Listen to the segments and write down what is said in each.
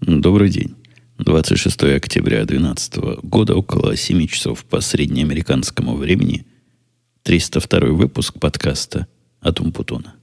Добрый день. 26 октября 2012 года, около 7 часов по среднеамериканскому времени, 302 выпуск подкаста от Умпутуна.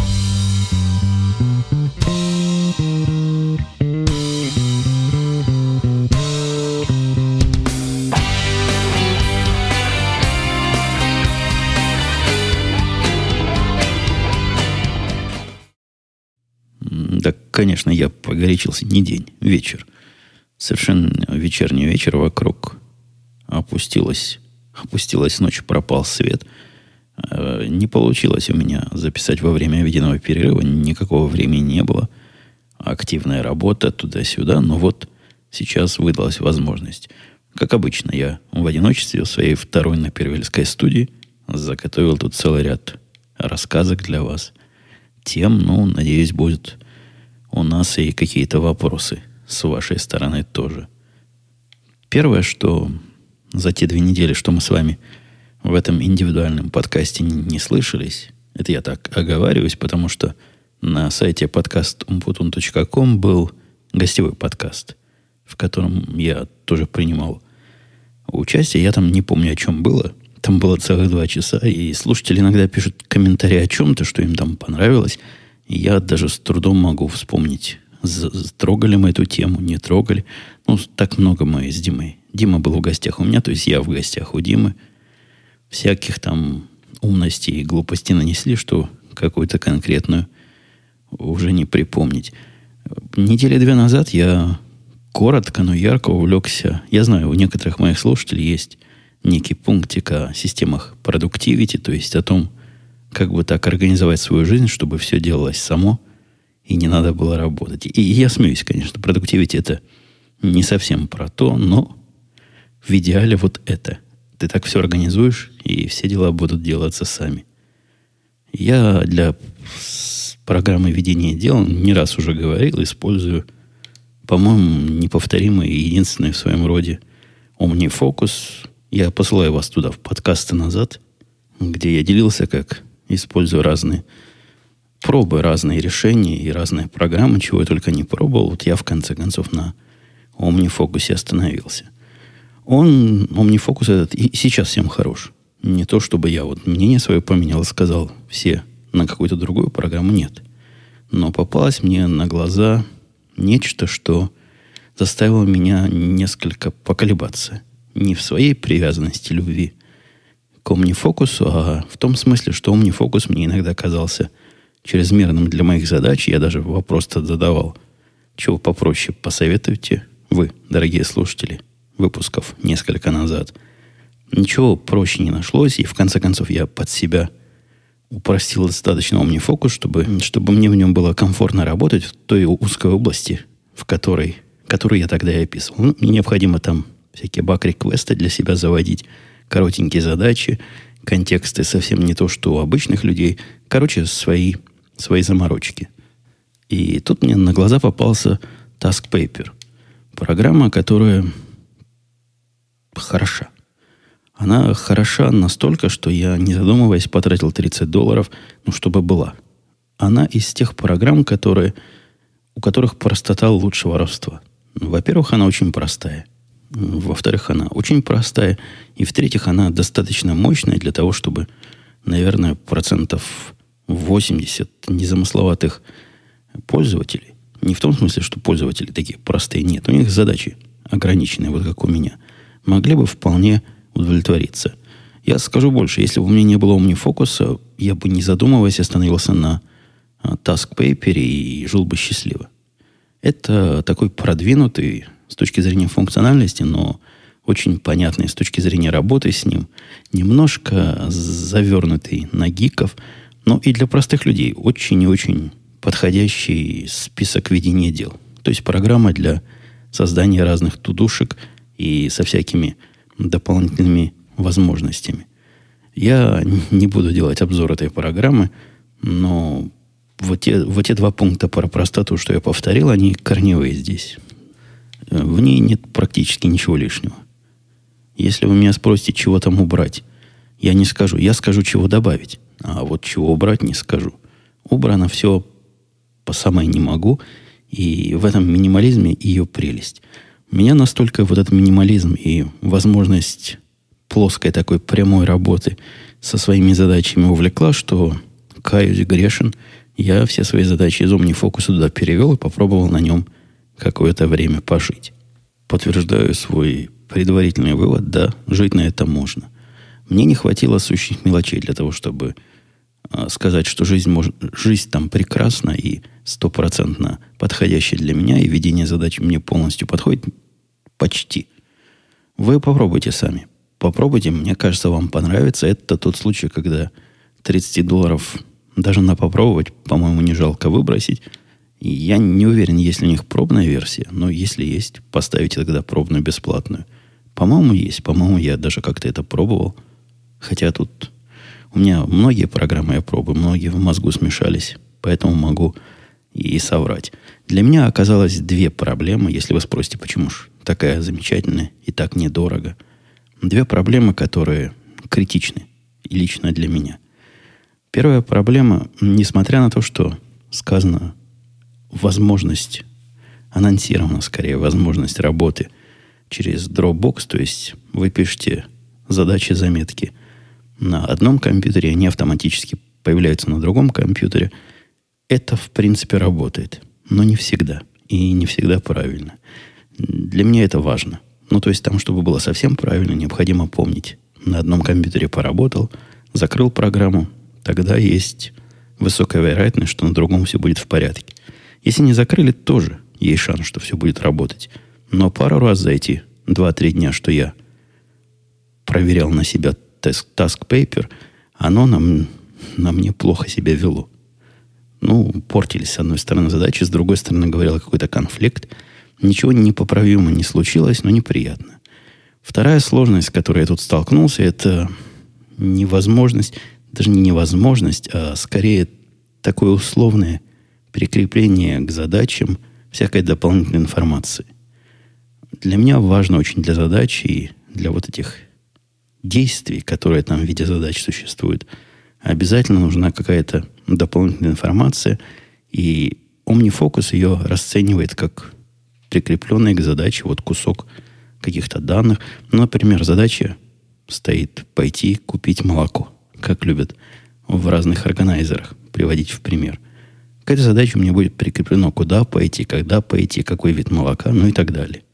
Да, конечно, я погорячился. Не день, вечер. Совершенно вечерний вечер вокруг. Опустилась ночь, пропал свет. Не получилось у меня записать во время обеденного перерыва. Никакого времени не было. Активная работа туда-сюда. Но вот сейчас выдалась возможность. Как обычно, я в одиночестве в своей второй на Первильской студии заготовил тут целый ряд рассказок для вас. Тем, надеюсь, будет у нас и какие-то вопросы с вашей стороны тоже. Первое, что за те 2 недели, что мы с вами в этом индивидуальном подкасте не слышались, это я так оговариваюсь, потому что на сайте podcast.umputun.com был гостевой подкаст, в котором я тоже принимал участие. Я там не помню, о чем было. Там было целых 2 часа, и слушатели иногда пишут комментарии о чем-то, что им там понравилось. И я даже с трудом могу вспомнить, трогали мы эту тему, не трогали. Так много мы с Димой. Дима был в гостях у меня, то есть я в гостях у Димы. Всяких там умностей и глупостей нанесли, что какую-то конкретную уже не припомнить. 2 недели назад я коротко, но ярко увлекся. Я знаю, у некоторых моих слушателей есть некий пунктик о системах продуктивити, то есть о том, как бы так организовать свою жизнь, чтобы все делалось само, и не надо было работать. И я смеюсь, конечно, продуктивити это не совсем про то, но в идеале вот это. Ты так все организуешь, и все дела будут делаться сами. Я для программы ведения дел не раз уже говорил, использую, по-моему, неповторимый и единственный в своем роде OmniFocus. Я посылаю вас туда в подкасты назад, где я делился, как использую разные пробы, разные решения и разные программы, чего я только не пробовал. Вот я, в конце концов, на OmniFocus остановился. OmniFocus этот и сейчас всем хорош. Не то, чтобы я мнение свое поменял и сказал все на какую-то другую программу. Нет. Но попалось мне на глаза нечто, что заставило меня несколько поколебаться. Не в своей привязанности, любви к OmniFocus, а в том смысле, что OmniFocus мне иногда казался чрезмерным для моих задач. Я даже вопрос-то задавал. Чего попроще посоветуйте вы, дорогие слушатели, выпусков несколько назад. Ничего проще не нашлось, и в конце концов я под себя упростил достаточно OmniFocus, чтобы мне в нем было комфортно работать в той узкой области, которую я тогда и описывал. Мне необходимо там всякие баг-реквесты для себя заводить, коротенькие задачи, контексты совсем не то, что у обычных людей. Короче, свои заморочки. И тут мне на глаза попался TaskPaper. Программа, которая хороша. Она хороша настолько, что я, не задумываясь, потратил $30, чтобы была. Она из тех программ, у которых простота лучше воровства. Во-первых, она очень простая. Во-вторых, она очень простая. И в-третьих, она достаточно мощная для того, чтобы, наверное, 80% незамысловатых пользователей, не в том смысле, что пользователи такие простые, нет, у них задачи ограниченные, вот как у меня, могли бы вполне удовлетвориться. Я скажу больше, если бы у меня не было OmniFocus, я бы, не задумываясь, остановился на TaskPaper и жил бы счастливо. Это такой продвинутый с точки зрения функциональности, но очень понятный с точки зрения работы с ним, немножко завернутый на гиков, но и для простых людей очень и очень подходящий список ведения дел. То есть программа для создания разных тудушек и со всякими дополнительными возможностями. Я не буду делать обзор этой программы, но вот те 2 пункта про простоту, что я повторил, они корневые здесь. В ней нет практически ничего лишнего. Если вы меня спросите, чего там убрать, я не скажу. Я скажу, чего добавить. А вот чего убрать, не скажу. Убрано все по самой не могу. И в этом минимализме ее прелесть. Меня настолько вот этот минимализм и возможность плоской такой прямой работы со своими задачами увлекла, что, каюсь, грешен, я все свои задачи из OmniFocus туда перевел и попробовал на нем какое-то время пожить. Подтверждаю свой предварительный вывод, да, жить на это можно. Мне не хватило сущих мелочей для того, чтобы сказать, что жизнь там прекрасна и стопроцентно подходящая для меня, и ведение задач мне полностью подходит почти. Вы попробуйте сами. Попробуйте, мне кажется, вам понравится. Это тот случай, когда $30 даже на попробовать, по-моему, не жалко выбросить. И я не уверен, есть ли у них пробная версия, но если есть, поставите тогда пробную бесплатную. По-моему, есть. По-моему, я даже как-то это пробовал. Хотя тут у меня многие программы я пробую, многие в мозгу смешались, поэтому могу и соврать. Для меня оказалось две проблемы, если вы спросите, почему же такая замечательная и так недорого. Две проблемы, которые критичны и лично для меня. Первая проблема, несмотря на то, что сказано возможность, анонсирована скорее возможность работы через Dropbox, то есть вы пишете задачи, заметки на одном компьютере, они автоматически появляются на другом компьютере. Это, в принципе, работает. Но не всегда. И не всегда правильно. Для меня это важно. Ну, то есть там, чтобы было совсем правильно, необходимо помнить. На одном компьютере поработал, закрыл программу, тогда есть высокая вероятность, что на другом все будет в порядке. Если не закрыли, тоже есть шанс, что все будет работать. Но пару раз за эти 2-3 дня, что я проверял на себя task paper, оно на мне плохо себя вело. Ну, портились, с одной стороны, задачи, с другой стороны, говорил какой-то конфликт. Ничего непоправимого не случилось, но неприятно. Вторая сложность, с которой я тут столкнулся, это невозможность, даже не невозможность, а скорее такое условное прикрепление к задачам всякой дополнительной информации. Для меня важно очень для задач и для вот этих действий, которые там в виде задач существуют, обязательно нужна какая-то дополнительная информация, и OmniFocus ее расценивает как прикрепленный к задаче вот кусок каких-то данных. Ну, например, задача стоит пойти купить молоко, как любят в разных органайзерах приводить в пример. К этой задаче у меня будет прикреплено, куда пойти, когда пойти, какой вид молока, ну и так далее.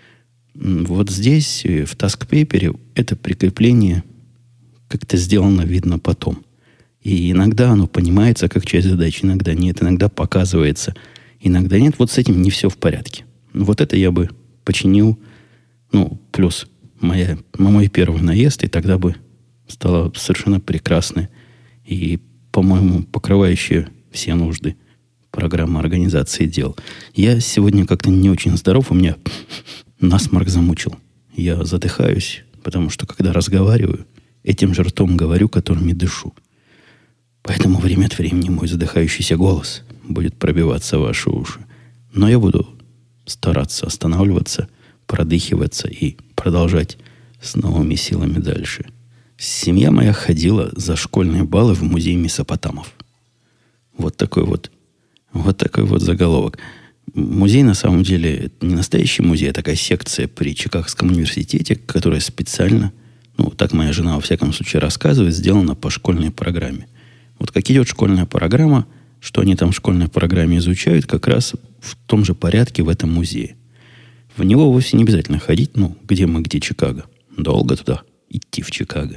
Вот здесь, в task paper, это прикрепление как-то сделано, видно потом. И иногда оно понимается как часть задачи, иногда нет, иногда показывается, иногда нет. Вот с этим не все в порядке. Вот это я бы починил, ну, плюс мой первый наезд, и тогда бы стало совершенно прекрасной и, по-моему, покрывающая все нужды программа организации дел. Я сегодня как-то не очень здоров, у меня насморк замучил. Я задыхаюсь, потому что, когда разговариваю, этим же ртом говорю, которым и дышу. Поэтому время от времени мой задыхающийся голос будет пробиваться в ваши уши. Но я буду стараться останавливаться, продыхиваться и продолжать с новыми силами дальше. Семья моя ходила за школьные баллы в музей Месопотамов. Вот такой вот заголовок. Музей, на самом деле, это не настоящий музей, а такая секция при Чикагском университете, которая специально, ну, так моя жена, во всяком случае, рассказывает, сделана по школьной программе. Вот как идет школьная программа, что они там в школьной программе изучают, как раз в том же порядке в этом музее. В него вовсе не обязательно ходить, ну, где Чикаго. Долго туда идти, в Чикаго.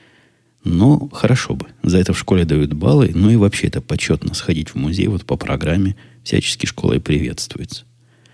Но хорошо бы. За это в школе дают баллы. Ну и вообще это почетно сходить в музей вот по программе. Всячески школой приветствуется.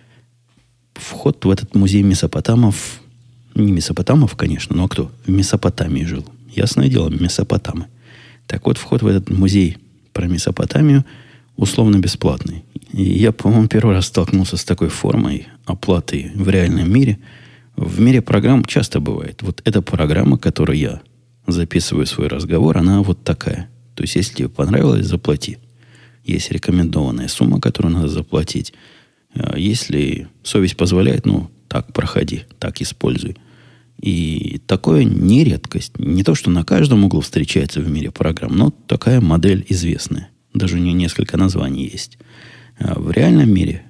Вход в этот музей Месопотамов, не Месопотамов, конечно, но кто в Месопотамии жил? Ясное дело, Месопотамы. Так вот, вход в этот музей про Месопотамию условно бесплатный. И я, по-моему, первый раз столкнулся с такой формой оплаты в реальном мире. В мире программ часто бывает. Вот эта программа, которую я записываю свой разговор, она вот такая. То есть, если тебе понравилось, заплати. Есть рекомендованная сумма, которую надо заплатить. Если совесть позволяет, ну, так проходи, так используй. И такое не редкость. Не то, что на каждом углу встречается в мире программ, но такая модель известная. Даже у нее несколько названий есть. В реальном мире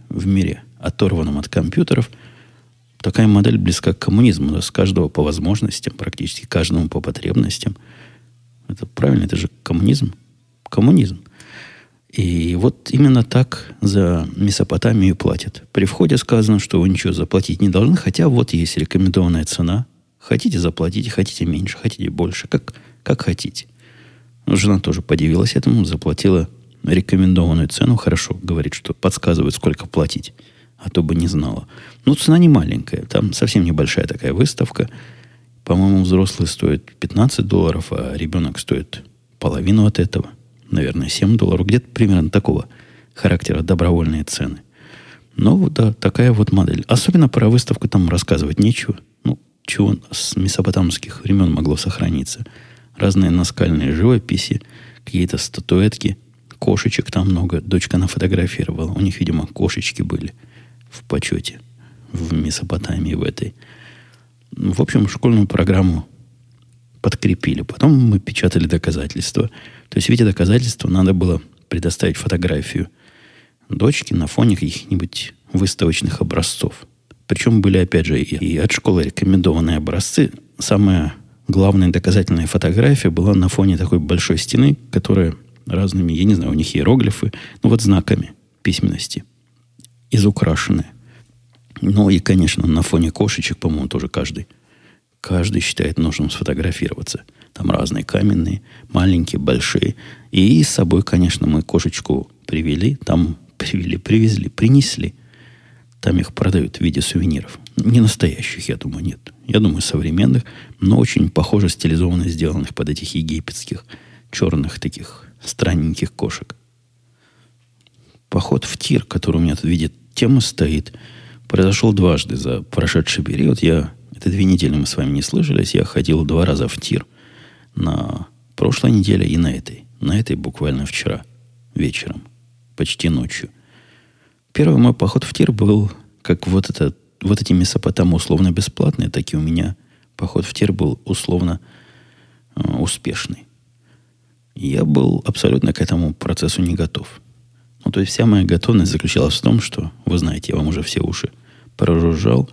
в мире, оторванном от компьютеров, такая модель близка к коммунизму. Да, с каждого по возможностям, практически каждому по потребностям. Это правильно, это же коммунизм. Коммунизм. И вот именно так за Месопотамию платят. При входе сказано, что вы ничего заплатить не должны, хотя вот есть рекомендованная цена. Хотите заплатите, хотите меньше, хотите больше, как хотите. Жена тоже подивилась этому, заплатила рекомендованную цену. Хорошо, говорит, что подсказывает, сколько платить, а то бы не знала. Ну, цена не маленькая, там совсем небольшая такая выставка. По-моему, взрослый стоит $15, а ребенок стоит половину от этого. Наверное, $7. Где-то примерно такого характера добровольные цены. Ну, да, такая вот модель. Особенно про выставку там рассказывать нечего. Ну, чего с месопотамских времен могло сохраниться. Разные наскальные живописи, какие-то статуэтки, кошечек там много. Дочка нафотографировала. У них, видимо, кошечки были в почете в Месопотамии в этой. В общем, школьную программу подкрепили. Потом мы печатали доказательства. То есть в виде доказательства надо было предоставить фотографию дочки на фоне каких-нибудь выставочных образцов. Причем были, опять же, и от школы рекомендованные образцы. Самая главная доказательная фотография была на фоне такой большой стены, которая разными, я не знаю, у них иероглифы, ну вот знаками письменности изукрашенные. Ну и, конечно, на фоне кошечек, по-моему, тоже каждый считает нужным сфотографироваться. Там разные каменные, маленькие, большие. И с собой, конечно, мы кошечку привезли, принесли. Там их продают в виде сувениров. Не настоящих, я думаю, нет. Я думаю, современных, но очень похоже стилизованно сделанных под этих египетских черных таких странненьких кошек. Поход в тир, который у меня тут в виде темы стоит, произошел дважды за прошедший период. Это 2 недели мы с вами не слышались. Я ходил 2 раза в тир. На прошлой неделе и на этой. На этой буквально вчера вечером. Почти ночью. Первый мой поход в тир был, как вот эти Месопотамы условно бесплатные, так и у меня поход в тир был условно успешный. Я был абсолютно к этому процессу не готов. Ну, то есть вся моя готовность заключалась в том, что, вы знаете, я вам уже все уши прожужжал,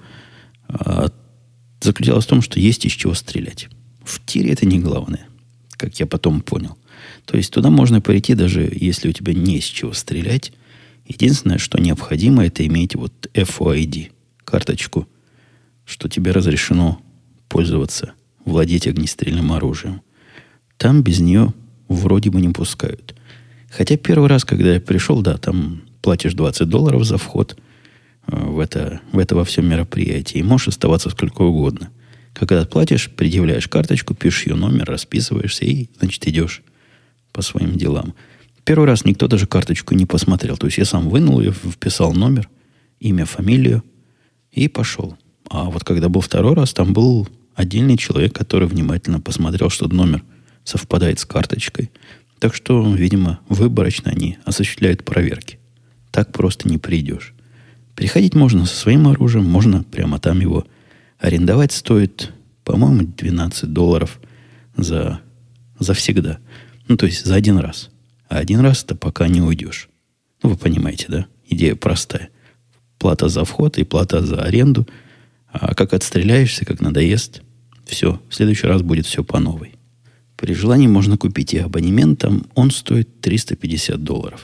заключалась в том, что есть из чего стрелять. В тире это не главное, как я потом понял. То есть туда можно прийти, даже если у тебя не из чего стрелять. Единственное, что необходимо, это иметь вот FOID, карточку, что тебе разрешено пользоваться, владеть огнестрельным оружием. Там без нее вроде бы не пускают. Хотя первый раз, когда я пришел, да, там платишь $20 за вход в это во всем мероприятии. И можешь оставаться сколько угодно. Когда платишь, предъявляешь карточку, пишешь ее номер, расписываешься и, значит, идешь по своим делам. Первый раз никто даже карточку не посмотрел. То есть я сам вынул ее, вписал номер, имя, фамилию и пошел. А вот когда был второй раз, там был отдельный человек, который внимательно посмотрел, что номер совпадает с карточкой. Так что, видимо, выборочно они осуществляют проверки. Так просто не придешь. Приходить можно со своим оружием, можно прямо там его арендовать. Стоит, по-моему, $12 за всегда. Ну, то есть за один раз. А один раз-то пока не уйдешь. Ну, вы понимаете, да? Идея простая. Плата за вход и плата за аренду. А как отстреляешься, как надоест, все. В следующий раз будет все по новой. При желании можно купить и абонемент. Там он стоит $350.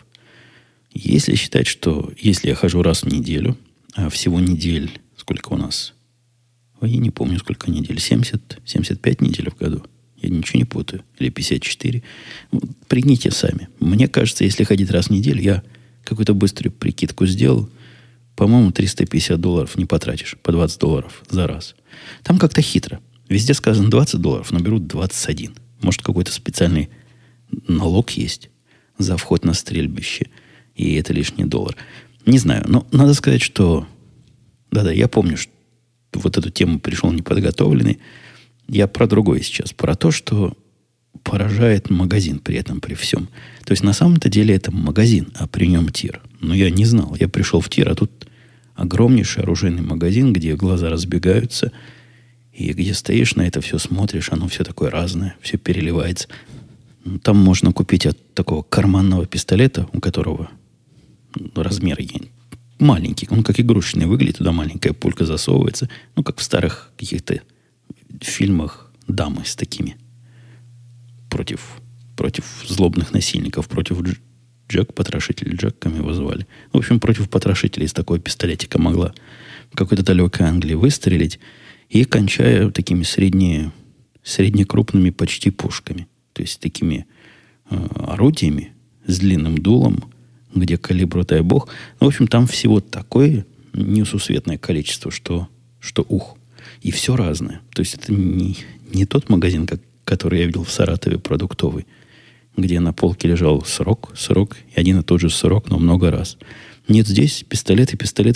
Если считать, что если я хожу раз в неделю, а всего недель, сколько у нас? Я не помню, сколько недель. 75 недель в году. Я ничего не путаю. Или 54. Прикиньте сами. Мне кажется, если ходить раз в неделю, я какую-то быструю прикидку сделал. По-моему, $350 не потратишь. По $20 за раз. Там как-то хитро. Везде сказано $20, но берут 21. Может, какой-то специальный налог есть за вход на стрельбище. И это лишний $1. Не знаю. Но надо сказать, что... Да-да, я помню, что вот эту тему пришел неподготовленный. Я про другое сейчас. Про то, что поражает магазин при этом, при всем. То есть, на самом-то деле, это магазин, а при нем тир. Но я не знал. Я пришел в тир, а тут огромнейший оружейный магазин, где глаза разбегаются, и где стоишь на это все, смотришь, оно все такое разное, все переливается. Там можно купить от такого карманного пистолета, у которого размер, я маленький, он как игрушечный выглядит, туда маленькая пулька засовывается, ну, как в старых каких-то фильмах дамы с такими против злобных насильников, против потрошителей, Джеками его звали. В общем, против потрошителей из такого пистолетика могла в какой-то далекой Англии выстрелить, и кончая такими среднекрупными почти пушками. То есть такими орудиями с длинным дулом, где калибру, дай бог. Ну, в общем, там всего такое несусветное количество, что ух. И все разное. То есть это не тот магазин, который я видел в Саратове, продуктовый, где на полке лежал срок, и один и тот же срок, но много раз. Нет, здесь пистолеты.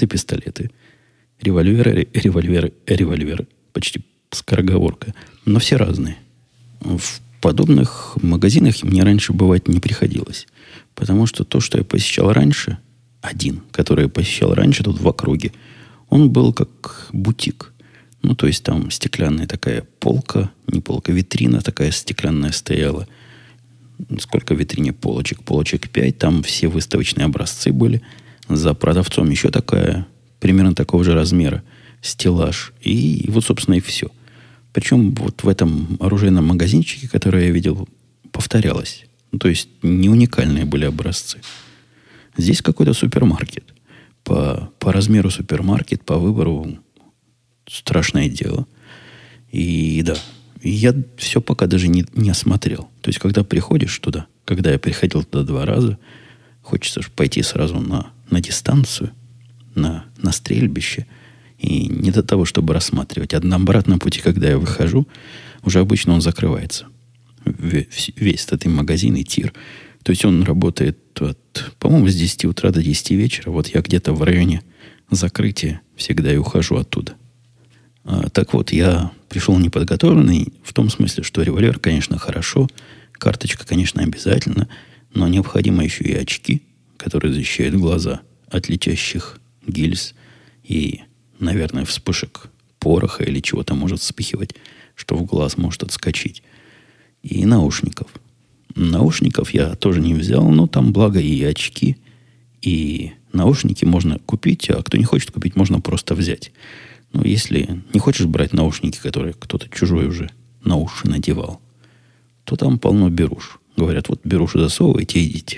Револьверы. Почти скороговорка. Но все разные. В подобных магазинах мне раньше бывать не приходилось. Потому что то, что я посещал раньше, который я посещал раньше тут в округе, он был как бутик. Ну, то есть там стеклянная такая полка, не полка, витрина такая стеклянная стояла. Сколько в витрине полочек? Полочек 5. Там все выставочные образцы были. За продавцом еще такая, примерно такого же размера, стеллаж. И вот, собственно, и все. Причем вот в этом оружейном магазинчике, который я видел, повторялось. Ну, то есть не уникальные были образцы. Здесь какой-то супермаркет. По размеру супермаркет, по выбору страшное дело. И да, я все пока даже не осмотрел. То есть, когда приходишь туда, когда я приходил туда 2 раза, хочется пойти сразу на дистанцию, на стрельбище. И не до того, чтобы рассматривать. А на обратном пути, когда я выхожу, уже обычно он закрывается. Весь этот магазин и тир. То есть он работает по-моему, с 10 утра до 10 вечера. Вот я где-то в районе закрытия всегда и ухожу оттуда. Так вот, я пришел неподготовленный в том смысле, что револьвер, конечно, хорошо, карточка, конечно, обязательно, но необходимо еще и очки, которые защищают глаза от летящих гильз и, наверное, вспышек пороха или чего-то может вспыхивать, что в глаз может отскочить. И наушников. Наушников я тоже не взял, но там, благо, и очки, и наушники можно купить, а кто не хочет купить, можно просто взять. Ну, если не хочешь брать наушники, которые кто-то чужой уже на уши надевал, то там полно беруш. Говорят, вот беруши засовывайте и идите.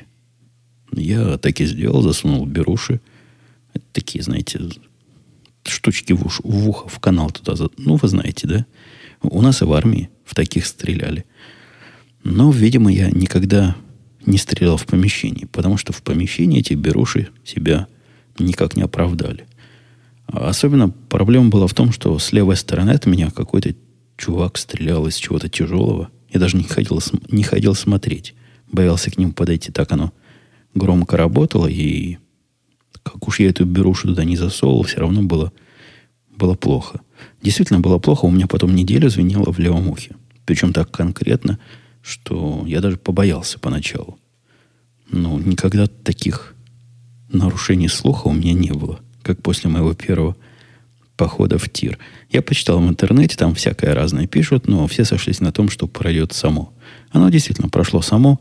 Я так и сделал, засунул беруши. Это такие, знаете, штучки в ухо, в канал туда. Ну, вы знаете, да? У нас и в армии в таких стреляли. Но, видимо, я никогда не стрелял в помещении, потому что в помещении эти беруши себя никак не оправдали. Особенно проблема была в том, что с левой стороны от меня какой-то чувак стрелял из чего-то тяжелого. Я даже не хотел смотреть. Боялся к нему подойти. Так оно громко работало, и как уж я эту берушу туда не засовывал, все равно было плохо. Действительно было плохо. У меня потом неделю звенело в левом ухе. Причем так конкретно, что я даже побоялся поначалу. Но никогда таких нарушений слуха у меня не было, как после моего первого похода в тир. Я почитал в интернете, там всякое разное пишут, но все сошлись на том, что пройдет само. Оно действительно прошло само.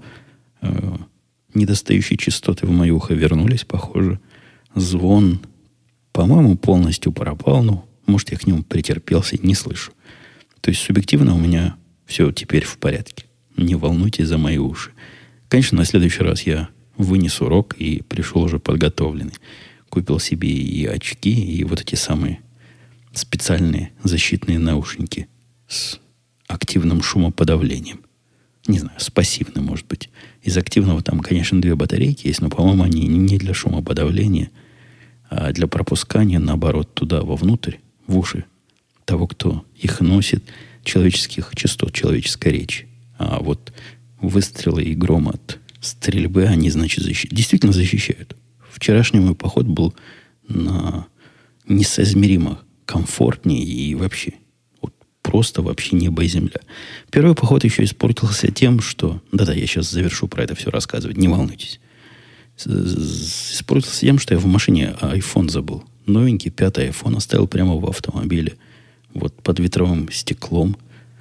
Недостающие частоты в мое ухо вернулись, похоже. Звон, по-моему, полностью пропал. Ну, может, я к нему претерпелся и не слышу. То есть, субъективно у меня все теперь в порядке. Не волнуйтесь за мои уши. Конечно, на следующий раз я вынес урок и пришел уже подготовленный. Купил себе и очки, и вот эти самые специальные защитные наушники с активным шумоподавлением. Не знаю, с пассивным, может быть. Из активного там, конечно, 2 батарейки есть, но, по-моему, они не для шумоподавления, а для пропускания, наоборот, туда, вовнутрь, в уши того, кто их носит, человеческих частот, человеческой речи. А вот выстрелы и гром от стрельбы, они, значит, действительно защищают. Вчерашний мой поход был несоизмеримо комфортнее и вообще вот просто вообще небо и земля. Первый поход еще испортился тем, что... Да-да, я сейчас завершу про это все рассказывать, не волнуйтесь. Испортился тем, что я в машине iPhone забыл. Новенький 5-й iPhone оставил прямо в автомобиле. Вот под ветровым стеклом.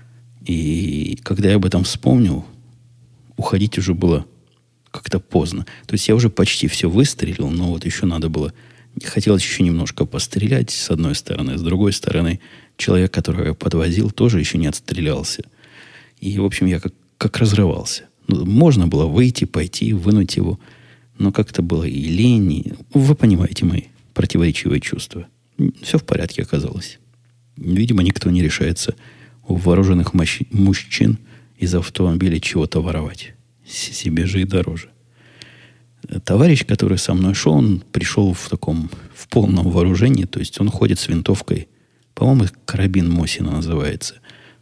И когда я об этом вспомнил, уходить уже было как-то поздно. То есть я уже почти все выстрелил, но вот еще надо было Хотелось еще немножко пострелять с одной стороны. С другой стороны, человек, которого я подвозил, тоже еще не отстрелялся. И, в общем, я как разрывался. Ну, можно было выйти, пойти, вынуть его. Но как-то было и лень. Вы понимаете мои противоречивые чувства. Все в порядке оказалось. Видимо, никто не решается у вооруженных мужчин из автомобиля чего-то воровать. Себе же и дороже. Товарищ, который со мной шел, он пришел в полном вооружении. То есть он ходит с винтовкой. По-моему, карабин Мосина называется.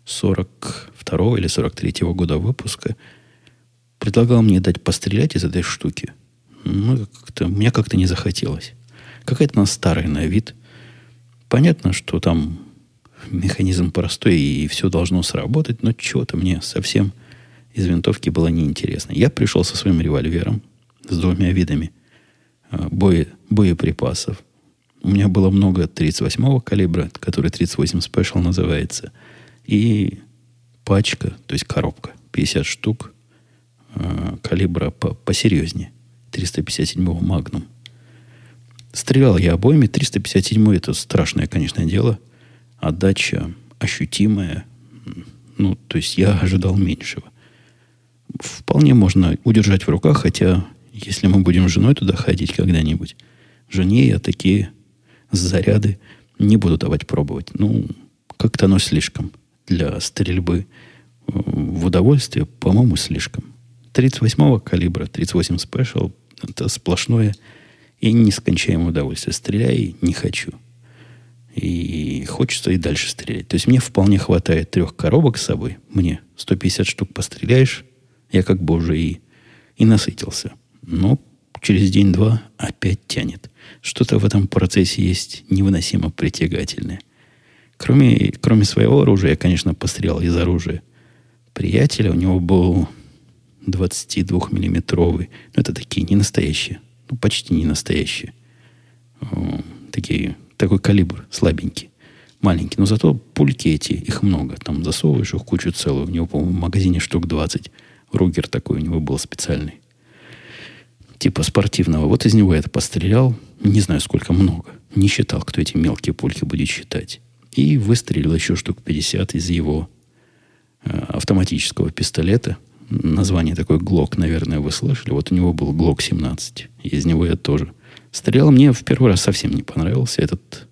42-го или 43-го года выпуска. Предлагал мне дать пострелять из этой штуки. Ну, мне как-то не захотелось. Какая-то она старая на вид. Понятно, что там механизм простой и все должно сработать, но чего-то мне совсем из винтовки было неинтересно. Я пришел со своим револьвером с двумя видами боеприпасов. У меня было много 38-го калибра, который 38 Special называется, и пачка, то есть коробка, 50 штук калибра посерьезнее, 357-го Magnum. Стрелял я обоими. 357-й это страшное, конечно, дело. Отдача ощутимая. Ну, то есть я ожидал меньшего. Вполне можно удержать в руках, хотя, если мы будем с женой туда ходить когда-нибудь, жене я такие заряды не буду давать пробовать. Ну, как-то оно слишком. Для стрельбы в удовольствие, по-моему, слишком. 38-го калибра, 38 Special, это сплошное и нескончаемое удовольствие. Стреляй не хочу. И хочется и дальше стрелять. То есть мне вполне хватает 3 коробок с собой. Мне 150 штук постреляешь, я как бы уже и насытился. Но через день-два опять тянет. Что-то в этом процессе есть невыносимо притягательное. Кроме своего оружия, я, конечно, пострелял из оружия приятеля. У него был 22-миллиметровый. Но это такие не настоящие. Ну, почти не настоящие. Такой калибр слабенький. Маленький. Но зато пульки эти, их много. Там засовываешь их в кучу целую. У него, по-моему, в магазине штук 20. Ругер такой у него был специальный. Типа спортивного. Вот из него я это пострелял. Не знаю, сколько много. Не считал, кто эти мелкие пульки будет считать. И выстрелил еще штук 50 из его автоматического пистолета. Название такое Glock, наверное, вы слышали. Вот у него был Glock 17. Из него я тоже стрелял. Мне в первый раз совсем не понравился этот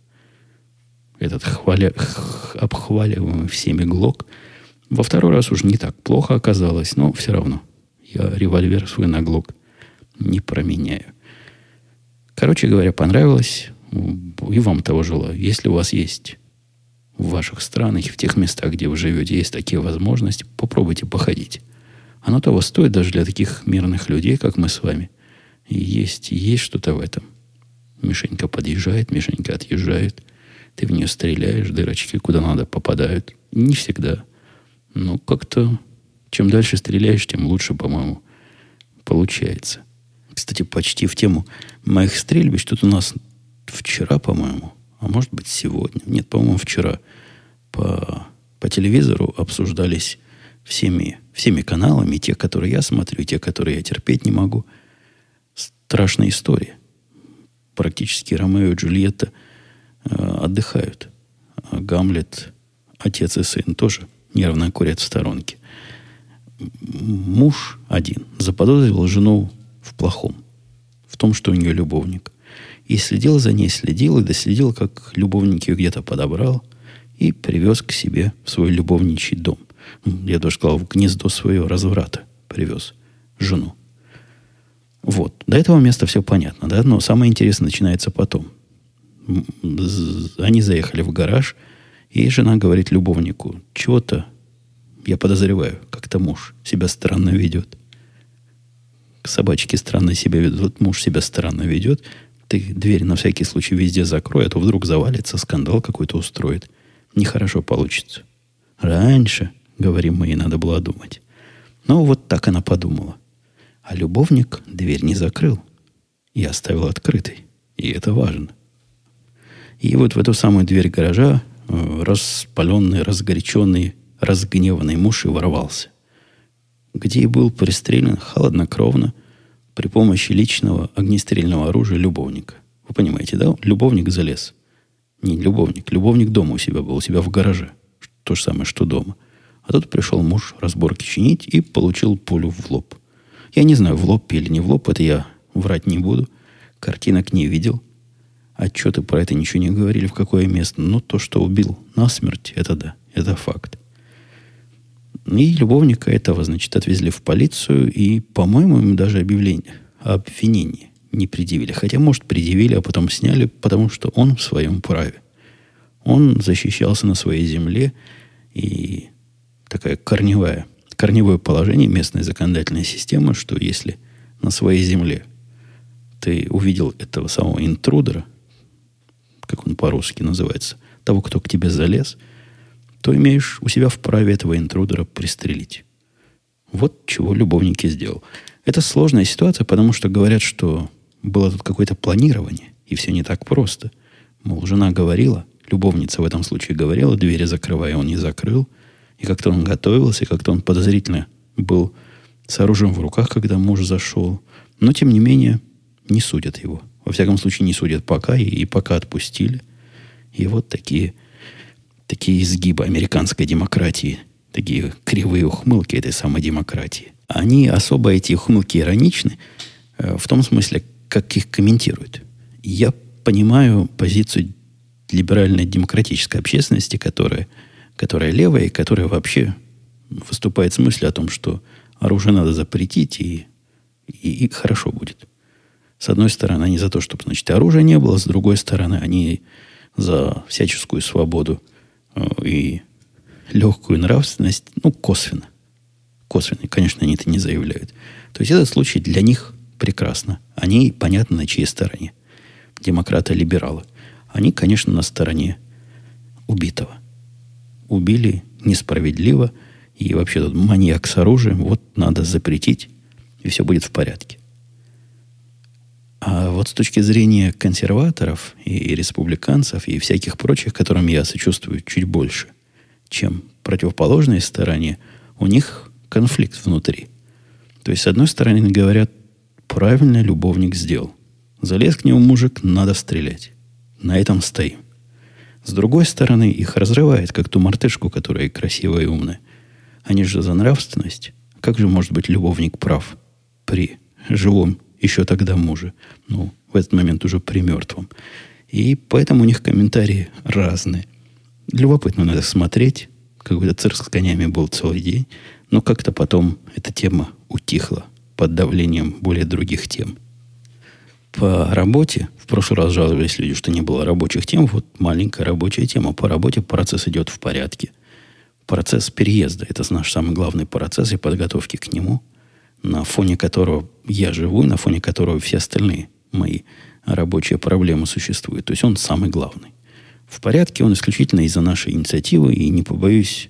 обхваливаемый всеми Glock. Во второй раз уже не так плохо оказалось, но все равно я револьвер свой на Glock не променяю. Короче говоря, понравилось. И вам того желаю. Если у вас есть в ваших странах, в тех местах, где вы живете, есть такие возможности, попробуйте походить. Оно того стоит даже для таких мирных людей, как мы с вами. И есть что-то в этом. Мишенька подъезжает, мишенька отъезжает. Ты в нее стреляешь, дырочки куда надо попадают. Не всегда. Но как-то чем дальше стреляешь, тем лучше, по-моему, получается. Кстати, почти в тему моих стрельбищ. Тут у нас вчера, по-моему, а может быть сегодня. Нет, по-моему, вчера по телевизору обсуждались всеми каналами, те, которые я смотрю, те, которые я терпеть не могу. Страшная история. Практически Ромео и Джульетта отдыхают. А Гамлет, отец и сын, тоже нервно курят в сторонке. Муж один заподозрил жену в плохом. В том, что у нее любовник. И следил за ней, и доследил, как любовник ее где-то подобрал и привез к себе в свой любовничий дом. Я даже сказал, в гнездо своего разврата привез жену. Вот. До этого места все понятно, да? Но самое интересное начинается потом. Они заехали в гараж, и жена говорит любовнику, чего-то, я подозреваю, как-то муж себя странно ведет. Собачки странно себя ведут, вот муж себя странно ведет. Ты дверь на всякий случай везде закрой, а то вдруг завалится, скандал какой-то устроит. Нехорошо получится. Раньше, говорим мы, ей надо было думать. Но вот так она подумала. А любовник дверь не закрыл и оставил открытой. И это важно. И вот в эту самую дверь гаража распаленный, разгоряченный, разгневанный муж и ворвался. Где и был пристрелен хладнокровно при помощи личного огнестрельного оружия любовника. Вы понимаете, да? Любовник залез. Не любовник. Любовник дома у себя был, у себя в гараже. То же самое, что дома. А тут пришел муж разборки чинить и получил пулю в лоб. Я не знаю, в лоб или не в лоб, это я врать не буду. Картинок не видел. Отчеты про это ничего не говорили, в какое место. Но то, что убил насмерть, это да, это факт. И любовника этого, значит, отвезли в полицию, и, по-моему, им даже обвинение не предъявили. Хотя, может, предъявили, а потом сняли, потому что он в своем праве. Он защищался на своей земле, и такое корневое положение местной законодательной системы, что если на своей земле ты увидел этого самого интрудера, как он по-русски называется, того, кто к тебе залез, то имеешь у себя в праве этого интрудера пристрелить. Вот чего любовники сделал. Это сложная ситуация, потому что говорят, что было тут какое-то планирование, и все не так просто. Мол, жена говорила, любовница в этом случае говорила, двери закрывая, он не закрыл, и как-то он готовился, и как-то он подозрительно был с оружием в руках, когда муж зашел. Но, тем не менее, не судят его. Во всяком случае, не судят пока, и пока отпустили. И вот такие изгибы американской демократии, такие кривые ухмылки этой самой демократии. Они особо, эти ухмылки, ироничны в том смысле, как их комментируют. Я понимаю позицию либерально-демократической общественности, которая левая, и которая вообще выступает с мыслью о том, что оружие надо запретить, и хорошо будет. С одной стороны, они за то, чтобы, значит, оружия не было, с другой стороны, они за всяческую свободу и легкую нравственность, косвенно. Косвенно, конечно, они это не заявляют. То есть этот случай для них прекрасно. Они, понятно, на чьей стороне. Демократы-либералы. Они, конечно, на стороне убитого. Убили несправедливо, и вообще тут маньяк с оружием, вот надо запретить, и все будет в порядке. А вот с точки зрения консерваторов и республиканцев и всяких прочих, которым я сочувствую чуть больше, чем противоположной стороне, у них конфликт внутри. То есть, с одной стороны, говорят, правильно любовник сделал. Залез к нему мужик, надо стрелять. На этом стоим. С другой стороны, их разрывает, как ту мартышку, которая красивая и умная. Они же за нравственность. Как же может быть любовник прав при живом еще тогда муже? В этот момент уже при мертвом. И поэтому у них комментарии разные. Любопытно на это смотреть. Какой-то цирк с конями был целый день. Но как-то потом эта тема утихла под давлением более других тем. По работе, в прошлый раз жаловались люди, что не было рабочих тем. Вот маленькая рабочая тема. По работе процесс идет в порядке. Процесс переезда. Это наш самый главный процесс и подготовки к нему, на фоне которого я живу, на фоне которого все остальные мои рабочие проблемы существуют. То есть он самый главный. В порядке он исключительно из-за нашей инициативы, и не побоюсь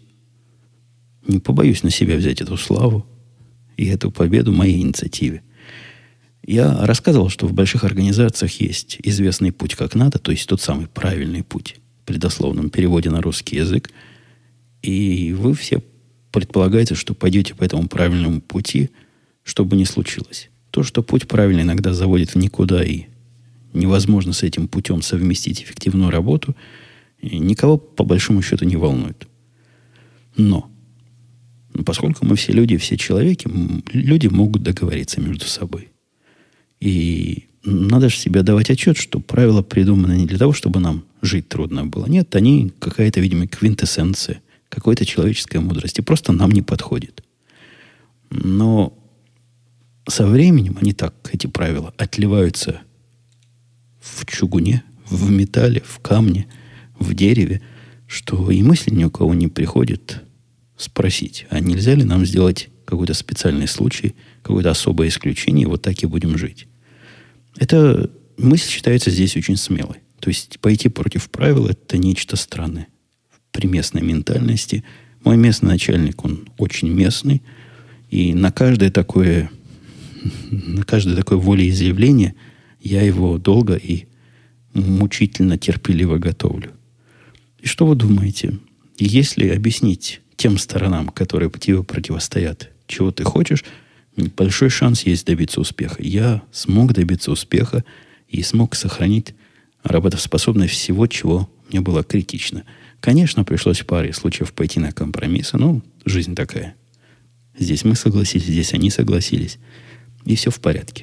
на себя взять эту славу и эту победу моей инициативе. Я рассказывал, что в больших организациях есть известный путь как надо, то есть тот самый правильный путь, при дословном переводе на русский язык. И вы все предполагаете, что пойдете по этому правильному пути, что бы ни случилось. То, что путь правильный иногда заводит в никуда, и невозможно с этим путем совместить эффективную работу, никого по большому счету не волнует. Но поскольку мы все люди, все человеки, люди могут договориться между собой. И надо же себе давать отчет, что правила придуманы не для того, чтобы нам жить трудно было. Нет, они какая-то, видимо, квинтэссенция какой-то человеческой мудрости. Просто нам не подходит. Но со временем они так, эти правила, отливаются в чугуне, в металле, в камне, в дереве, что и мысли ни у кого не приходит спросить, а нельзя ли нам сделать какой-то специальный случай, какое-то особое исключение, и вот так и будем жить. Эта мысль считается здесь очень смелой. То есть пойти против правил – это нечто странное. При местной ментальности. Мой местный начальник, он очень местный, и на каждое такое волеизъявление я его долго и мучительно, терпеливо готовлю. И что вы думаете? Если объяснить тем сторонам, которые тебе противостоят, чего ты хочешь, большой шанс есть добиться успеха. Я смог добиться успеха и смог сохранить работоспособность всего, чего мне было критично. Конечно, пришлось в паре случаев пойти на компромиссы, но жизнь такая. Здесь мы согласились, здесь они согласились, и все в порядке.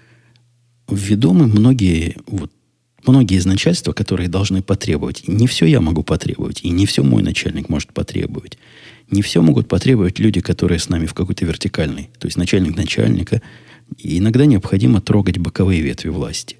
Ведомы многие из начальства, которые должны потребовать. Не все я могу потребовать, и не все мой начальник может потребовать. Не все могут потребовать люди, которые с нами в какой-то вертикальной, то есть начальник начальника. И иногда необходимо трогать боковые ветви власти.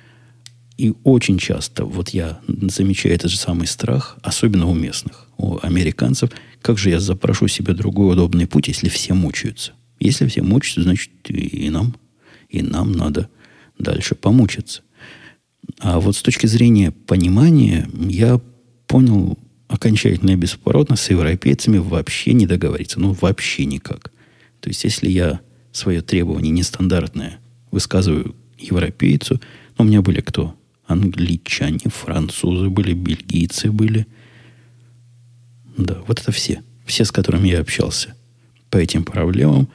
И очень часто вот я замечаю этот же самый страх, особенно у местных, у американцев. Как же я запрошу себе другой удобный путь, если все мучаются? Если все мучаются, значит и нам надо дальше помучиться. А вот с точки зрения понимания, я понял окончательно и бесповоротно, с европейцами вообще не договориться. Ну, вообще никак. То есть, если я свое требование нестандартное высказываю европейцу, у меня были кто? Англичане, французы были, бельгийцы были. Да, вот это все. Все, с которыми я общался по этим проблемам,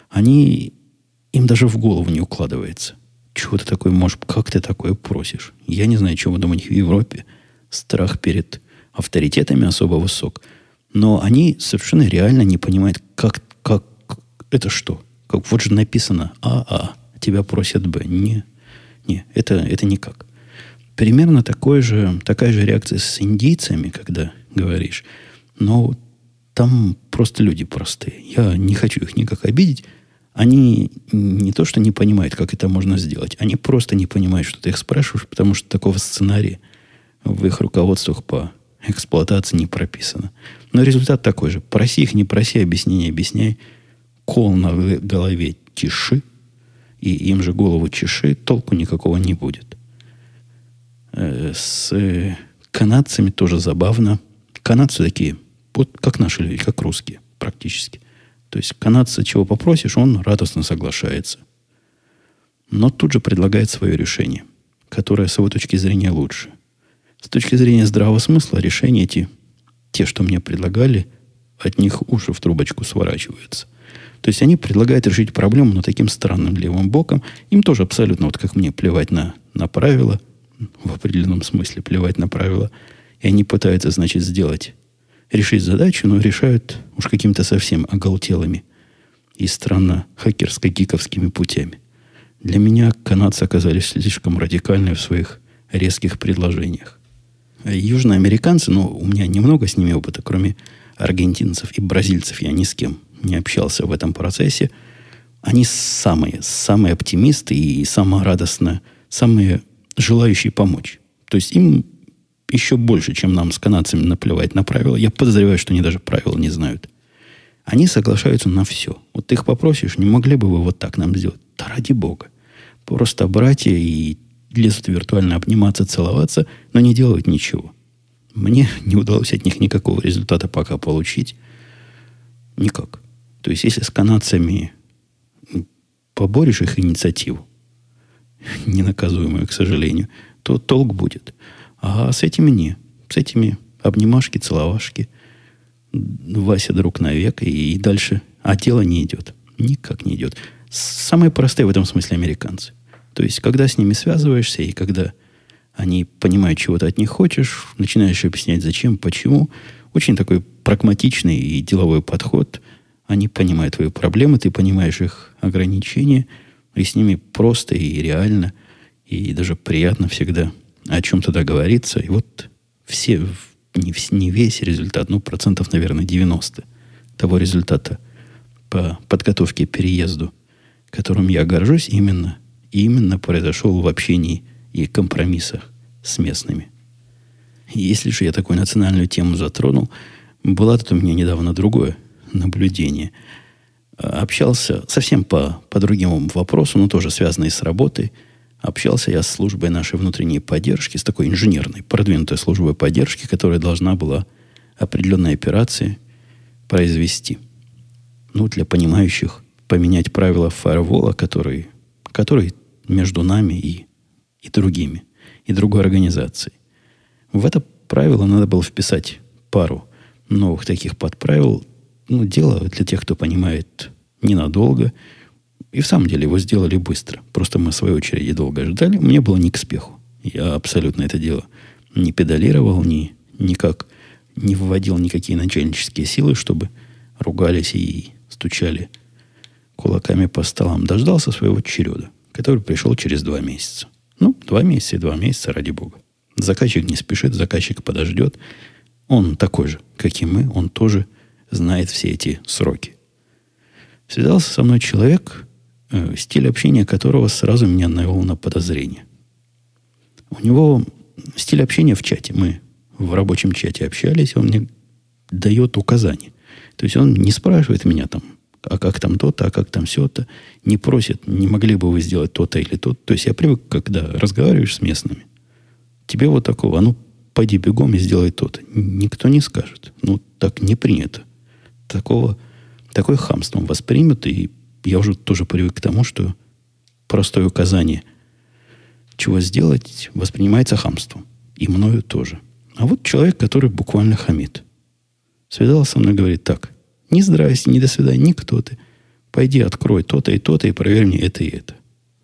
им даже в голову не укладывается. Чего ты такое можешь, как ты такое просишь? Я не знаю, чего вы думаете в Европе. Страх перед авторитетами особо высок. Но они совершенно реально не понимают, как это что? Как вот же написано тебя просят Б. Не, это никак. Примерно такая же реакция с индийцами, когда говоришь. Но там просто люди простые. Я не хочу их никак обидеть. Они не то, что не понимают, как это можно сделать. Они просто не понимают, что ты их спрашиваешь, потому что такого сценария в их руководствах по эксплуатации не прописано. Но результат такой же. Проси их, не проси, объяснение объясняй. Кол на голове тиши, и им же голову чеши, толку никакого не будет. С канадцами тоже забавно. Канадцы такие, вот как наши люди, как русские практически. То есть канадца чего попросишь, он радостно соглашается. Но тут же предлагает свое решение, которое с его точки зрения лучше. С точки зрения здравого смысла решения те, что мне предлагали, от них уши в трубочку сворачиваются. То есть они предлагают решить проблему, но таким странным левым боком. Им тоже абсолютно, вот как мне, плевать на правила, в определенном смысле плевать на правила. И они пытаются, значит, решить задачу, но решают уж какими-то совсем оголтелыми и странно хакерско-гиковскими путями. Для меня канадцы оказались слишком радикальны в своих резких предложениях. А южноамериканцы, у меня немного с ними опыта, кроме аргентинцев и бразильцев, я ни с кем не общался в этом процессе. Они самые оптимисты и самые радостно, самые желающие помочь. То есть им еще больше, чем нам с канадцами наплевать на правила. Я подозреваю, что они даже правил не знают. Они соглашаются на все. Вот ты их попросишь, не могли бы вы вот так нам сделать? Да ради бога. Просто братья и лезут виртуально обниматься, целоваться, но не делают ничего. Мне не удалось от них никакого результата пока получить. Никак. То есть, если с канадцами поборешь их инициативу, ненаказуемую, к сожалению, то толк будет. А с этими не. С этими обнимашки, целовашки, Вася друг навек, и дальше. А дело не идет. Никак не идет. Самые простые в этом смысле американцы. То есть, когда с ними связываешься, и когда они понимают, чего ты от них хочешь, начинаешь объяснять, зачем, почему. Очень такой прагматичный и деловой подход. Они понимают твои проблемы, ты понимаешь их ограничения, и с ними просто и реально, и даже приятно всегда о чем-то договориться. И вот не весь результат, процентов, наверное, 90 того результата по подготовке к переезду, которым я горжусь, именно произошел в общении и компромиссах с местными. И если же я такую национальную тему затронул, было тут у меня недавно другое наблюдение. Общался совсем по другому вопросу, но тоже связанный с работой. Общался я с службой нашей внутренней поддержки, с такой инженерной, продвинутой службой поддержки, которая должна была определенные операции произвести. Для понимающих, поменять правила фаервола, который между нами и другими, и другой организацией. В это правило надо было вписать пару новых таких подправил. Дело для тех, кто понимает, ненадолго. И в самом деле его сделали быстро. Просто мы в своей очереди долго ждали. Мне было не к спеху. Я абсолютно это дело не педалировал, никак не вводил никакие начальнические силы, чтобы ругались и стучали кулаками по столам. Дождался своего череда, который пришел через 2 месяца. 2 месяца и 2 месяца, ради бога. Заказчик не спешит, заказчик подождет. Он такой же, как и мы. Он тоже знает все эти сроки. Связался со мной человек, стиль общения которого сразу меня навел на подозрение. У него стиль общения в чате. Мы в рабочем чате общались, он мне дает указания. То есть он не спрашивает меня там, а как там то-то, а как там все-то. Не просит, не могли бы вы сделать то-то или то-то. То есть я привык, когда разговариваешь с местными, тебе вот такого, пойди бегом и сделай то-то. Никто не скажет. Так не принято. Такое хамство он воспримет, и я уже тоже привык к тому, что простое указание, чего сделать, воспринимается хамством. И мною тоже. А вот человек, который буквально хамит. Связался со мной, говорит: так, ни здрасте, ни до свидания, ни кто ты. Пойди открой то-то и то-то и проверь мне это и это.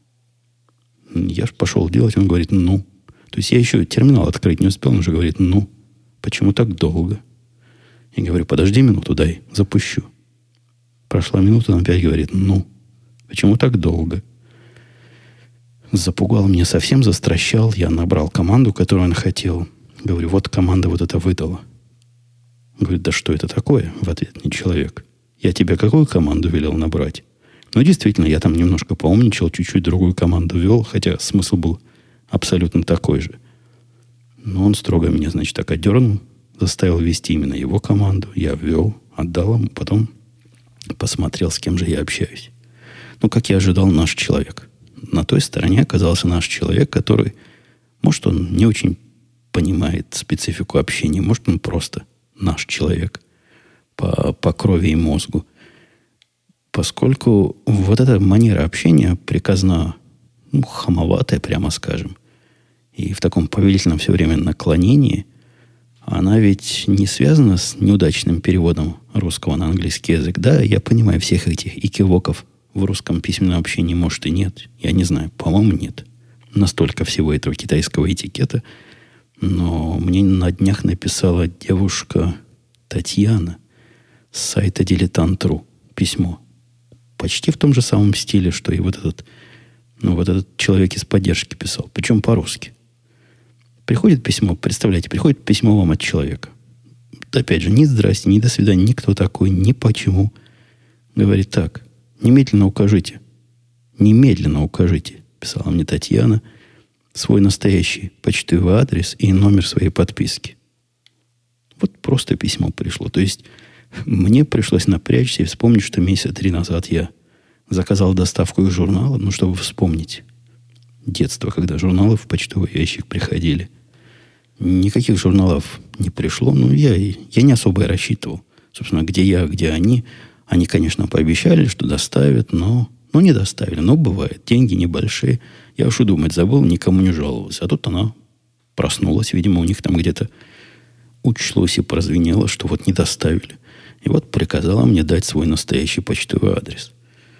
Я ж пошел делать, он говорит: То есть я еще терминал открыть не успел, он уже говорит: почему так долго? Я говорю: подожди минуту, дай, запущу. Прошла минута, он опять говорит: почему так долго? Запугал меня совсем, застращал. Я набрал команду, которую он хотел. Говорю: вот команда вот это выдала. Говорит: да что это такое? В ответ мне человек: я тебе какую команду велел набрать? Действительно, я там немножко поумничал, чуть-чуть другую команду вел, хотя смысл был абсолютно такой же. Но он строго меня, так одернул, заставил вести именно его команду. Я ввел, отдал ему, потом посмотрел, с кем же я общаюсь. Как я ожидал, наш человек. На той стороне оказался наш человек, который, может, он не очень понимает специфику общения, может, он просто наш человек по крови и мозгу. Поскольку вот эта манера общения приказна, хамоватая, прямо скажем, и в таком повелительном все время наклонении, она ведь не связана с неудачным переводом русского на английский язык. Да, я понимаю всех этих экивоков в русском письменном общении, может, и нет. Я не знаю, по-моему, нет. Настолько всего этого китайского этикета. Но мне на днях написала девушка Татьяна с сайта Diletant.ru письмо. Почти в том же самом стиле, что и вот этот человек из поддержки писал. Причем по-русски. Приходит письмо, представляете, приходит письмо вам от человека. Опять же, ни здрасте, ни до свидания, ни кто такой, ни почему. Говорит: так, немедленно укажите, писала мне Татьяна, свой настоящий почтовый адрес и номер своей подписки. Вот просто письмо пришло. То есть мне пришлось напрячься и вспомнить, что месяца 3 назад я заказал доставку их журнала, чтобы вспомнить детство, когда журналы в почтовый ящик приходили. Никаких журналов не пришло, я не особо и рассчитывал. Собственно, где я, где они. Они, конечно, пообещали, что доставят, но не доставили. Но бывает, деньги небольшие. Я уж и думать забыл, никому не жаловался. А тут она проснулась, видимо, у них там где-то учлось и прозвенело, что вот не доставили. И вот приказала мне дать свой настоящий почтовый адрес.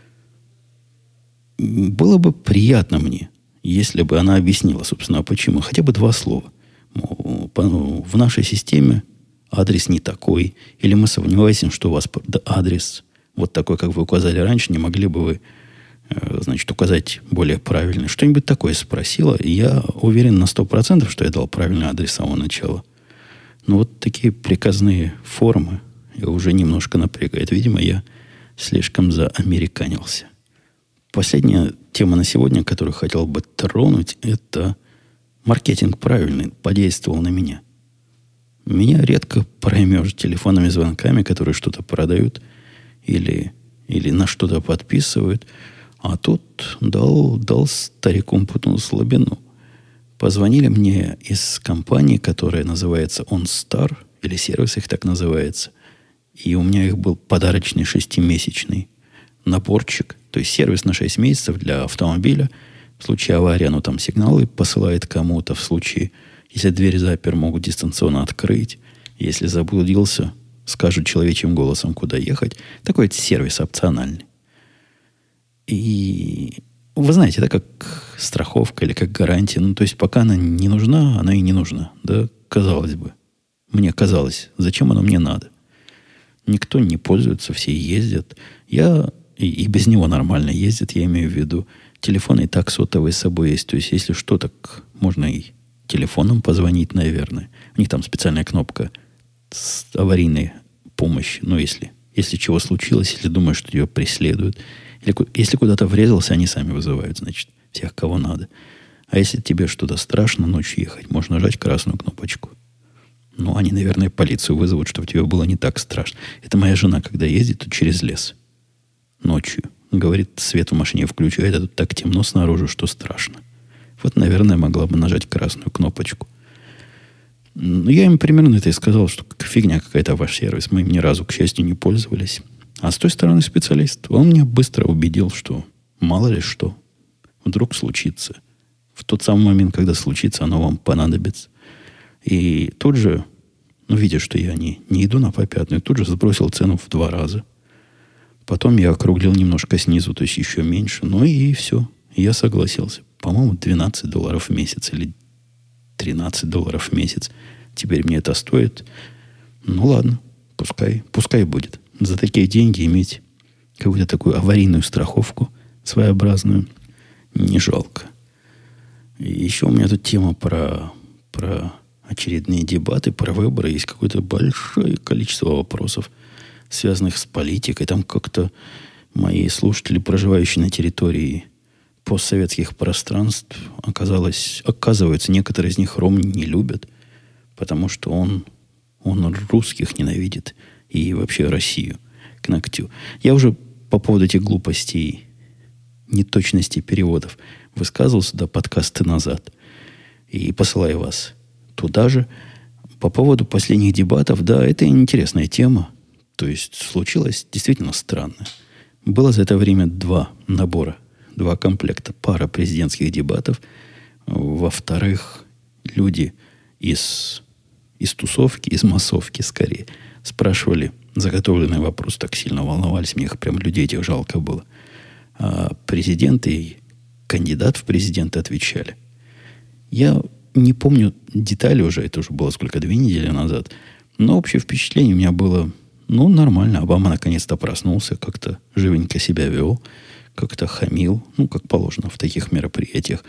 Было бы приятно мне, если бы она объяснила, собственно, почему. Хотя бы 2 слова. В нашей системе адрес не такой. Или мы сомневаемся, что у вас адрес вот такой, как вы указали раньше. Не могли бы вы, указать более правильный? Что-нибудь такое спросила. И я уверен на 100%, что я дал правильный адрес с самого начала. Но вот такие приказные формы уже немножко напрягает. Видимо, я слишком заамериканился. Последняя тема на сегодня, которую хотел бы тронуть, это маркетинг правильный подействовал на меня. Меня редко проймешь телефонными звонками, которые что-то продают или на что-то подписывают. А тут дал старику путну слабину. Позвонили мне из компании, которая называется OnStar, или сервис их так называется. И у меня их был подарочный 6-месячный наборчик. То есть сервис на 6 месяцев для автомобиля. В случае аварии оно там сигналы посылает кому-то. В случае, если дверь запер, могут дистанционно открыть. Если заблудился, скажут человечьим голосом, куда ехать. Такой сервис опциональный. И вы знаете, это как страховка или как гарантия. Ну, то есть, пока она не нужна, она и не нужна. Да, казалось бы. Мне казалось, зачем оно мне надо? Никто не пользуется, все ездят. И без него нормально ездят, я имею в виду. Телефоны и так сотовые с собой есть. То есть, если что, так можно и телефоном позвонить, наверное. У них там специальная кнопка с аварийной помощи. Ну, если чего случилось, если думаешь, что тебя преследуют. Или если куда-то врезался, они сами вызывают, значит, всех, кого надо. А если тебе что-то страшно ночью ехать, можно нажать красную кнопочку. Ну, они, наверное, полицию вызовут, чтобы тебе было не так страшно. Это моя жена, когда ездит тут через лес ночью. Говорит, свет в машине включает, а тут так темно снаружи, что страшно. Вот, наверное, могла бы нажать красную кнопочку. Ну, я им примерно это и сказал, что фигня какая-то ваш сервис. Мы им ни разу, к счастью, не пользовались. А с той стороны специалист, он меня быстро убедил, что мало ли что, вдруг случится. В тот самый момент, когда случится, оно вам понадобится. И тут же, видя, что я не иду на попятную, тут же сбросил цену в 2 раза. Потом я округлил немножко снизу, то есть еще меньше. Ну и все. И я согласился. По-моему, $12 в месяц или $13 в месяц. Теперь мне это стоит. Ну ладно, пускай будет. За такие деньги иметь какую-то такую аварийную страховку своеобразную не жалко. И еще у меня тут тема про очередные дебаты, про выборы. Есть какое-то большое количество вопросов, связанных с политикой. Там как-то мои слушатели, проживающие на территории постсоветских пространств, оказывается, некоторые из них Ром не любят, потому что он русских ненавидит и вообще Россию к ногтю. Я уже по поводу этих глупостей, неточностей переводов высказывался до подкаста назад. И посылаю вас туда же. По поводу последних дебатов, да, это интересная тема. То есть случилось действительно странно. Было за это время 2 набора, 2 комплекта, пара президентских дебатов. Во-вторых, люди из тусовки, из массовки скорее, спрашивали заготовленный вопрос, так сильно волновались, мне их прям людей этих жалко было. А президент и кандидат в президенты отвечали. Я не помню детали уже, это уже было 2 недели назад, но общее впечатление у меня было, нормально. Обама наконец-то проснулся, как-то живенько себя вел, как-то хамил, как положено в таких мероприятиях,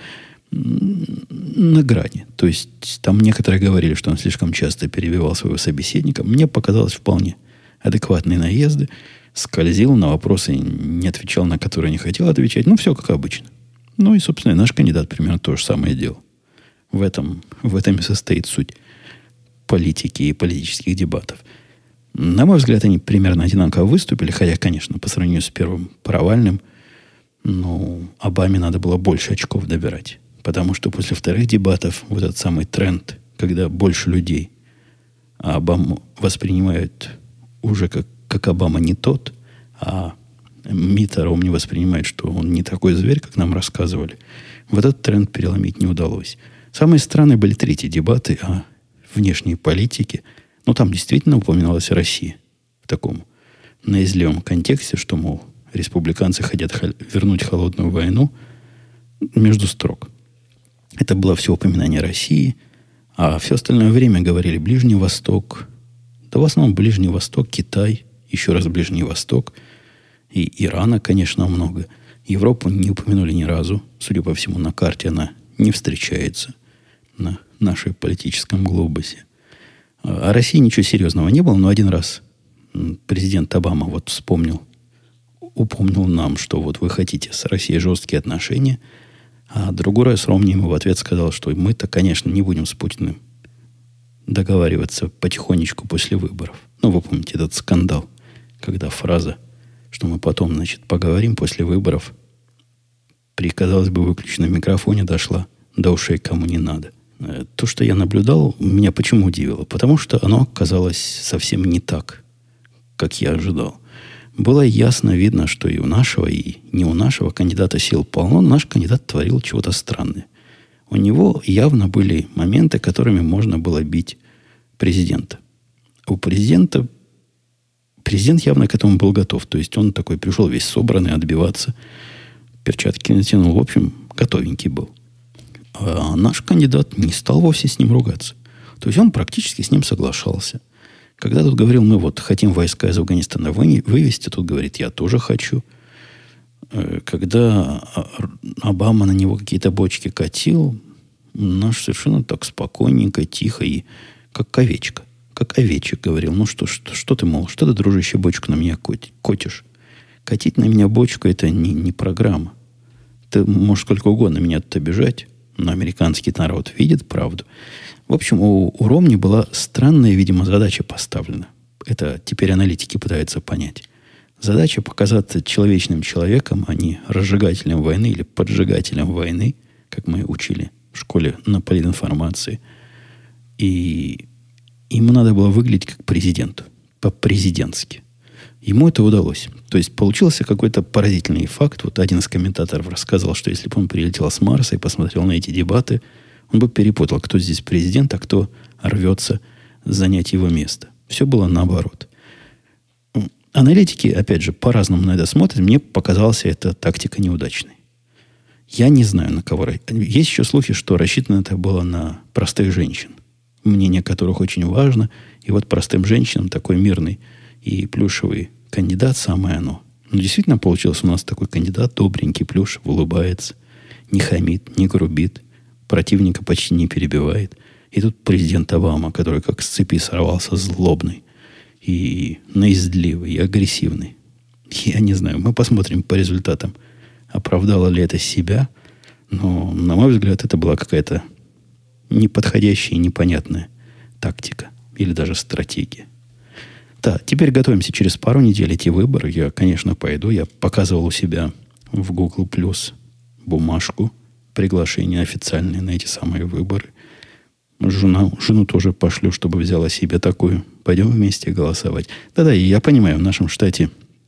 на грани. То есть там некоторые говорили, что он слишком часто перебивал своего собеседника. Мне показалось вполне адекватные наезды, скользил на вопросы, не отвечал, на которые не хотел отвечать. Все как обычно. И, собственно, наш кандидат примерно то же самое делал. В этом и состоит суть политики и политических дебатов. На мой взгляд, они примерно одинаково выступили, хотя, конечно, по сравнению с первым провальным, Обаме надо было больше очков добирать. Потому что после вторых дебатов вот этот самый тренд, когда больше людей Обаму воспринимают уже как Обама не тот, а МИД Ром не воспринимает, что он не такой зверь, как нам рассказывали, вот этот тренд переломить не удалось. Самые странные были 3 дебаты о внешней политике. Там действительно упоминалась Россия в таком наизлевом контексте, что, мол, республиканцы хотят вернуть холодную войну между строк. Это было все упоминание России, а все остальное время говорили Ближний Восток. Да в основном Ближний Восток, Китай, еще раз Ближний Восток. И Ирана, конечно, много. Европу не упомянули ни разу. Судя по всему, на карте она не встречается на нашей политическом глобусе. О России ничего серьезного не было, но один раз президент Обама упомнил нам, что вы хотите с Россией жесткие отношения, а другой раз Ромни ему в ответ сказал, что мы-то, конечно, не будем с Путиным договариваться потихонечку после выборов. Вы помните этот скандал, когда фраза, что мы потом, поговорим после выборов, при, казалось бы, выключенном микрофоне дошла до ушей кому не надо. То, что я наблюдал, меня почему удивило? Потому что оно оказалось совсем не так, как я ожидал. Было ясно видно, что и у нашего, и не у нашего кандидата сил полно. Наш кандидат творил чего-то странное. У него явно были моменты, которыми можно было бить президента. У президента... Президент явно к этому был готов. То есть он такой пришел весь собранный отбиваться. перчатки натянул. В общем, готовенький был. А наш кандидат не стал вовсе с ним ругаться. То есть он практически с ним соглашался. Когда тут говорил, мы вот хотим войска из Афганистана вывести, тут говорит, я тоже хочу. Когда Обама на него какие-то бочки катил, наш совершенно так спокойненько, тихо и как овечка. Как овечек говорил, ну что ты, мол, что ты, дружище, бочку на меня котишь? Катить на меня бочку – это не программа. Ты можешь сколько угодно меня тут обижать, но американский народ видит правду. В общем, у Ромни была странная, видимо, задача поставлена. Это теперь аналитики пытаются понять. Задача показаться человечным человеком, а не разжигателем войны или поджигателем войны, как мы учили в школе на политинформации. И ему надо было выглядеть как президенту, по-президентски. Ему это удалось. То есть получился какой-то поразительный факт. Вот один из комментаторов рассказал, что если бы он прилетел с Марса и посмотрел на эти дебаты, он бы перепутал, кто здесь президент, а кто рвется занять его место. Все было наоборот. Аналитики, опять же, по-разному на это смотрят. Мне показалась эта тактика неудачной. Я не знаю, на кого. Есть еще слухи, что рассчитано это было на простых женщин, мнение которых очень важно. И вот простым женщинам такой мирный и плюшевый кандидат самое оно. Но действительно получился у нас такой кандидат, добренький, плюшевый, улыбается, не хамит, не грубит, противника почти не перебивает. И тут президент Обама, который как с цепи сорвался, злобный и наездливый, и агрессивный. Я не знаю, мы посмотрим по результатам, оправдало ли это себя. Но, на мой взгляд, это была какая-то неподходящая и непонятная тактика. Или даже стратегия. Да, теперь готовимся через пару недель эти выборы. Я, конечно, пойду. Я показывал у себя в Google Plus бумажку, приглашение официальное на эти самые выборы. Жену тоже пошлю, чтобы взяла себе такую. Пойдем вместе голосовать. Да-да, я понимаю, в нашем штате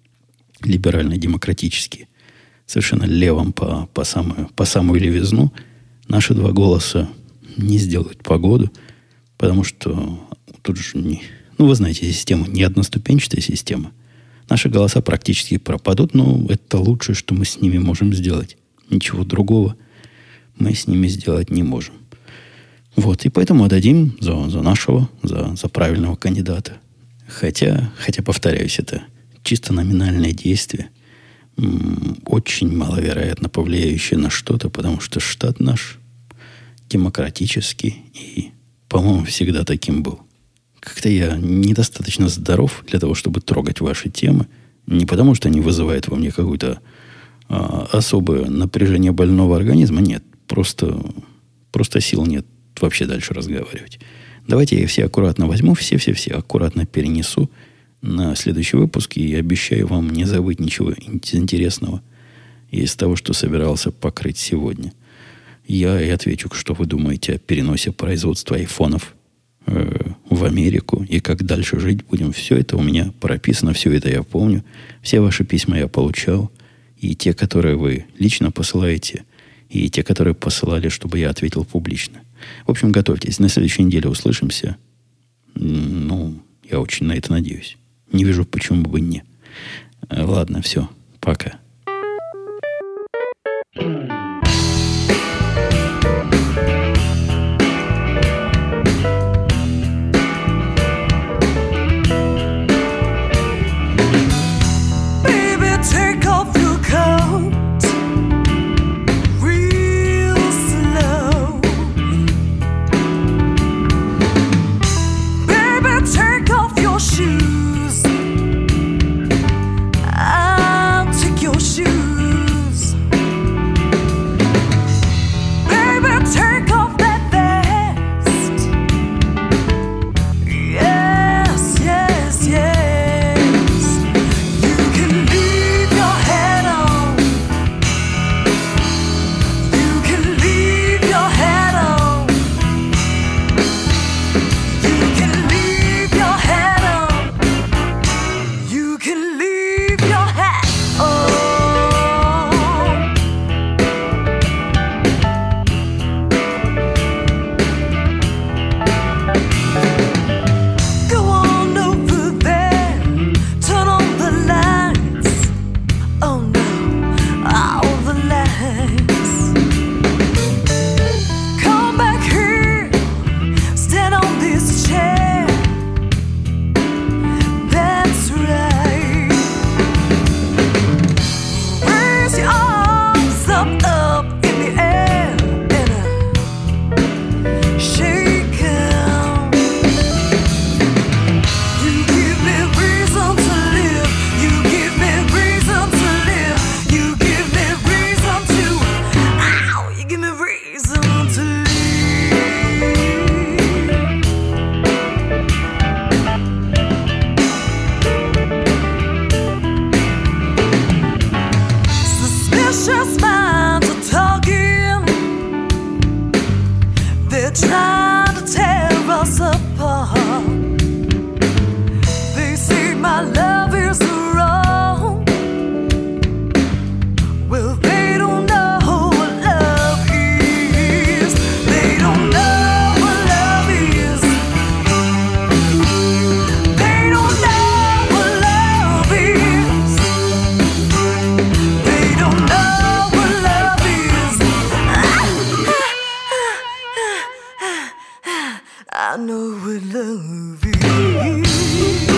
либерально-демократический, совершенно левым по самую левизну, наши два голоса не сделают погоду, потому что тут же не... Ну, вы знаете, система не одноступенчатая система. Наши голоса практически пропадут, но это лучшее, что мы с ними можем сделать. Ничего другого мы с ними сделать не можем. Вот, и поэтому отдадим за нашего, за правильного кандидата. Хотя, повторяюсь, это чисто номинальное действие, очень маловероятно повлияющее на что-то, потому что штат наш демократический и, по-моему, всегда таким был. Как-то я недостаточно здоров для того, чтобы трогать ваши темы. Не потому, что они вызывают во мне какое-то особое напряжение больного организма. Нет, просто сил нет вообще дальше разговаривать. Давайте я их все аккуратно возьму, все аккуратно перенесу на следующий выпуск. И обещаю вам не забыть ничего интересного из того, что собирался покрыть сегодня. Я и отвечу, что вы думаете о переносе производства айфонов в Америку и как дальше жить будем. Все это у меня прописано, все это я помню. Все ваши письма я получал. И те, которые вы лично посылаете, и те, которые посылали, чтобы я ответил публично. В общем, готовьтесь. На следующей неделе услышимся. Ну, я очень на это надеюсь. Не вижу, почему бы не. Ладно, все. Пока. I know I love you.